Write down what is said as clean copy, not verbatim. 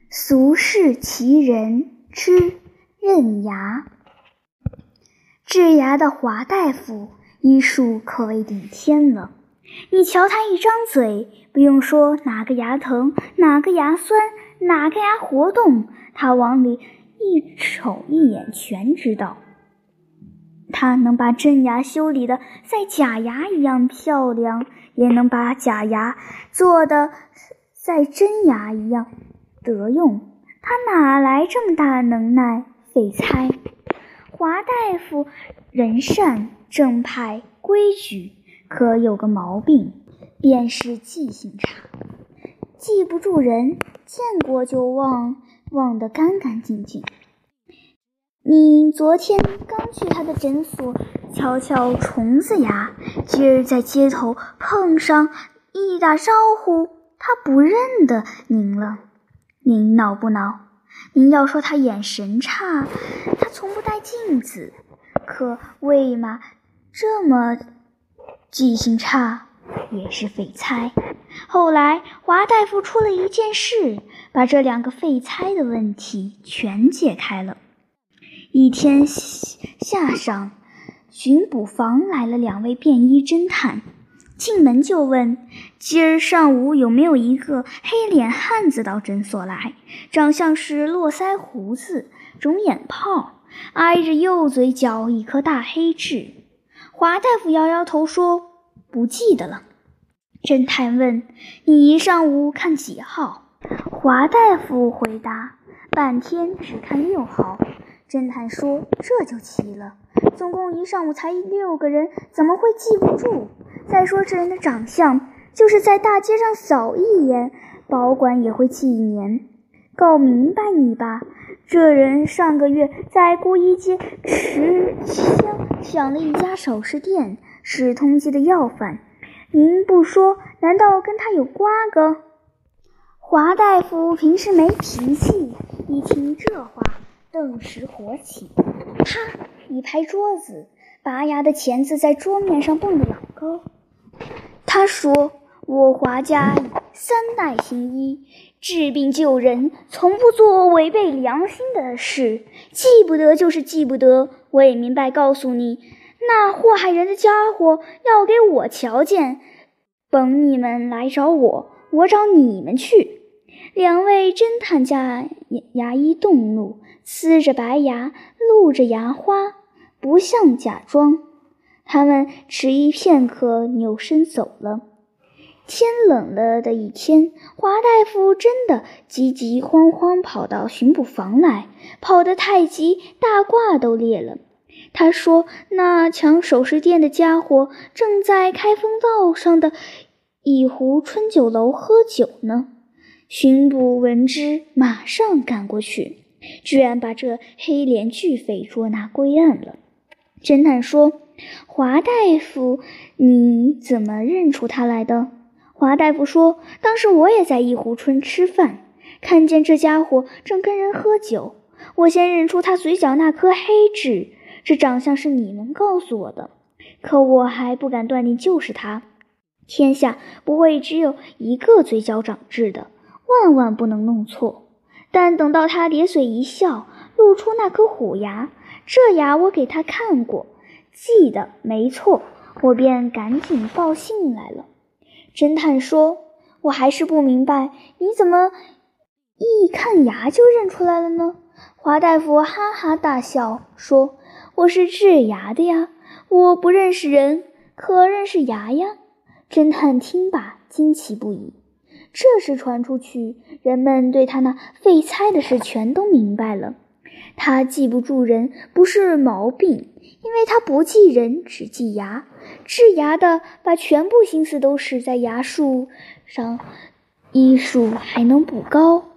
俗世奇人之认牙。治牙的华大夫医术可谓顶天了，你瞧他一张嘴，不用说哪个牙疼，哪个牙酸，哪个牙活动，他往里一瞅一眼全知道。他能把真牙修理得像假牙一样漂亮，也能把假牙做得像真牙一样得用。他哪来这么大的能耐？废材！华大夫人善正派规矩，可有个毛病，便是记性差，记不住人，见过就忘，忘得干干净净。你昨天刚去他的诊所瞧瞧虫子牙，今儿在街头碰上一打招呼，他不认得您了，您恼不恼？您要说他眼神差，他从不戴镜子，可为嘛这么记性差？也是废材。后来华大夫出了一件事，把这两个废材的问题全解开了。一天夏上，巡捕房来了2位便衣侦探，进门就问今儿上午有没有一个黑脸汉子到诊所来，长相是络腮胡子，肿眼泡，挨着右嘴角一颗大黑痣。华大夫摇摇头说不记得了。侦探问你一上午看几号？华大夫回答半天只看6号。侦探说这就奇了，总共一上午才6个人，怎么会记不住？再说这人的长相，就是在大街上扫一眼，保管也会记1年。搞明白你吧，这人上个月在孤衣街持枪抢了一家首饰店，是通缉的要犯。您不说，难道跟他有瓜葛？华大夫平时没脾气，一听这话顿时火起，啪一拍桌子，拔牙的钳子在桌面上蹦得老高。他说我华家3代行医，治病救人，从不做违背良心的事，记不得就是记不得。我也明白告诉你，那祸害人的家伙要给我瞧见，甭你们来找我，我找你们去。2位侦探家牙医动怒，呲着白牙，露着牙花，不像假装。他们迟疑片刻，扭身走了。天冷了的一天，华大夫真的急急慌慌跑到巡捕房来，跑得太急，大褂都裂了。他说那抢首饰店的家伙正在开封道上的一壶春酒楼喝酒呢。巡捕闻之，马上赶过去，居然把这黑脸巨匪捉拿归案了。侦探说华大夫，你怎么认出他来的？华大夫说当时我也在一壶春吃饭，看见这家伙正跟人喝酒，我先认出他嘴角那颗黑痣，这长相是你们告诉我的，可我还不敢断定就是他。天下不会只有一个嘴角长痣的，万万不能弄错。但等到他咧嘴一笑，露出那颗虎牙，这牙我给他看过，记得没错，我便赶紧报信来了。侦探说我还是不明白，你怎么一看牙就认出来了呢？华大夫哈哈大笑说我是治牙的呀，我不认识人，可认识牙呀。侦探听罢惊奇不已，这事传出去，人们对他那废材的事全都明白了。他记不住人不是毛病，因为他不记人，只记牙。治牙的把全部心思都使在牙术上，医术还能不高。